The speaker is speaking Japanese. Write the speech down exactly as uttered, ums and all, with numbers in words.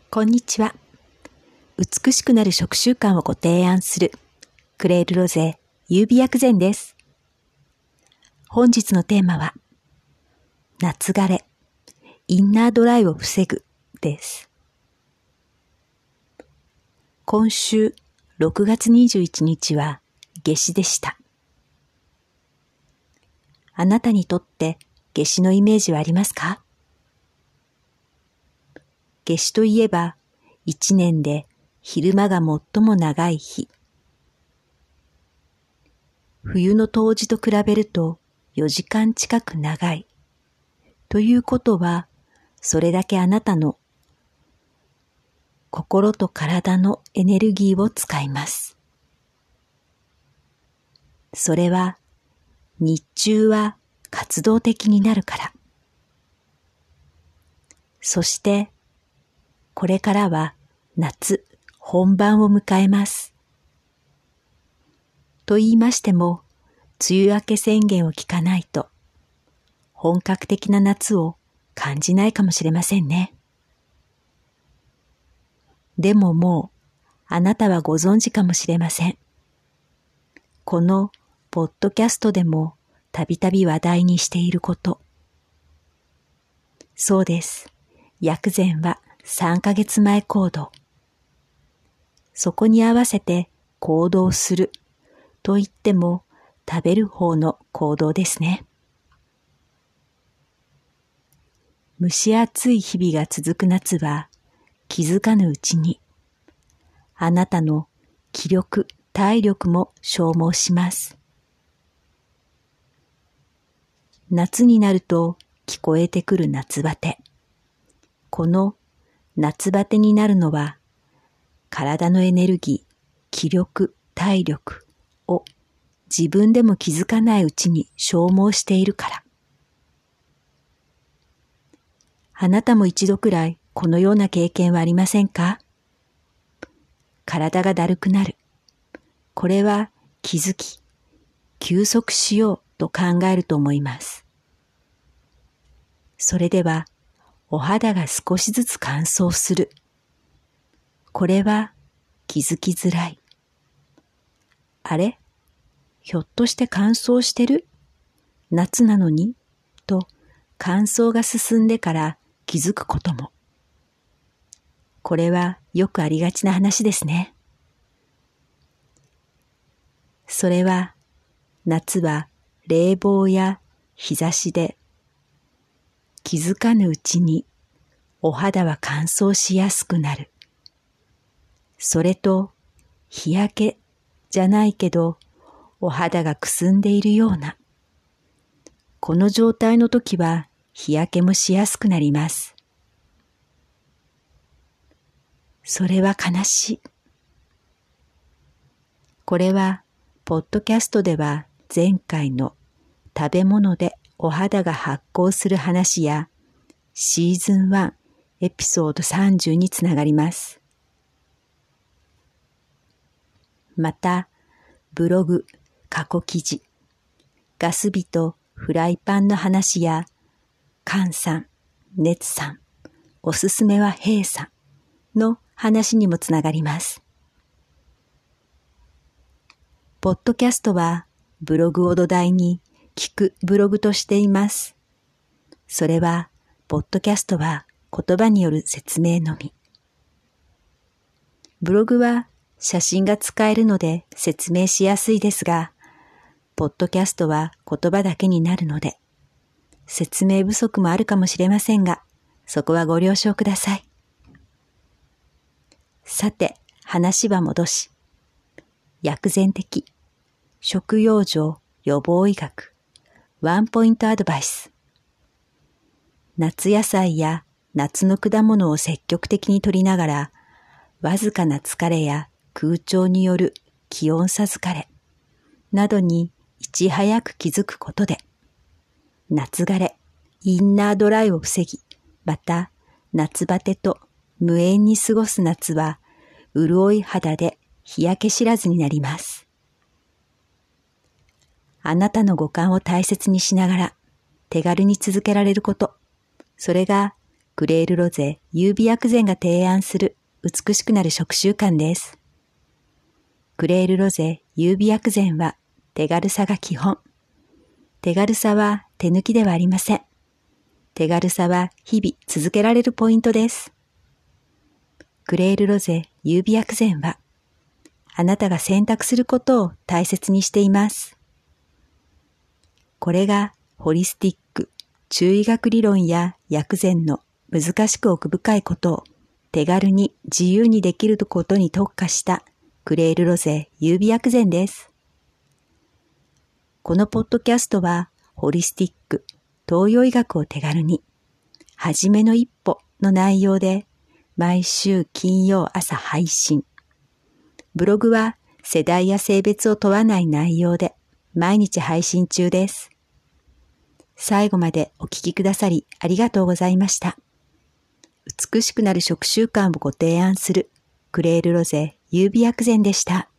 こんにちは。美しくなる食習慣をご提案するクレールロゼ優美薬膳です。本日のテーマは夏枯れ、インナードライを防ぐです。今週ろくがつにじゅういちにちは夏至でした。あなたにとって夏至のイメージはありますか？夏至といえば一年で昼間が最も長い日。冬の冬至と比べるとよじかん近く長い。ということは、それだけあなたの心と体のエネルギーを使います。それは日中は活動的になるから。そしてこれからは夏本番を迎えます。と言いましても、梅雨明け宣言を聞かないと本格的な夏を感じないかもしれませんね。でももうあなたはご存知かもしれません。このポッドキャストでもたびたび話題にしていること。そうです。薬膳はさんかげつまえ行動。そこに合わせて行動すると言っても食べる方の行動ですね。蒸し暑い日々が続く夏は気づかぬうちにあなたの気力、体力も消耗します。夏になると聞こえてくる夏バテ。この夏バテになるのは体のエネルギー、気力、体力を自分でも気づかないうちに消耗しているから。あなたも一度くらいこのような経験はありませんか？体がだるくなる。これは気づき、休息しようと考えると思います。それでは、お肌が少しずつ乾燥する。これは気づきづらい。あれ？ひょっとして乾燥してる？夏なのに？と乾燥が進んでから気づくことも。これはよくありがちな話ですね。それは夏は冷房や日差しで気づかぬうちにお肌は乾燥しやすくなる。それと日焼けじゃないけどお肌がくすんでいるような。この状態の時は日焼けもしやすくなります。それは悲しい。これはポッドキャストでは前回の食べ物でお肌が発光する話やシーズンワンエピソードさんじゅうにつながります。またブログ、過去記事、ガス火とフライパンの話や菅さん、熱さん、おすすめは平さんの話にもつながります。ポッドキャストはブログを土台に聞くブログとしています。それは、ポッドキャストは言葉による説明のみ。ブログは写真が使えるので説明しやすいですが、ポッドキャストは言葉だけになるので、説明不足もあるかもしれませんが、そこはご了承ください。さて、話は戻し、薬膳的、食養生予防医学、ワンポイントアドバイス。夏野菜や夏の果物を積極的に摂りながら、わずかな疲れや空調による気温差疲れなどにいち早く気づくことで、夏枯れ、インナードライを防ぎ、また夏バテと無縁に過ごす夏は、潤い肌で日焼け知らずになります。あなたの五感を大切にしながら手軽に続けられること、それがクレールロゼ優美薬膳が提案する美しくなる食習慣です。クレールロゼ優美薬膳は手軽さが基本。手軽さは手抜きではありません。手軽さは日々続けられるポイントです。クレールロゼ優美薬膳はあなたが選択することを大切にしています。これがホリスティック、中医学理論や薬膳の難しく奥深いことを手軽に自由にできることに特化したクレールロゼ優美薬膳です。このポッドキャストはホリスティック、東洋医学を手軽に、はじめの一歩の内容で毎週金曜朝配信。ブログは世代や性別を問わない内容で毎日配信中です。最後までお聞きくださりありがとうございました。美しくなる食習慣をご提案するクレールロゼ優美薬膳でした。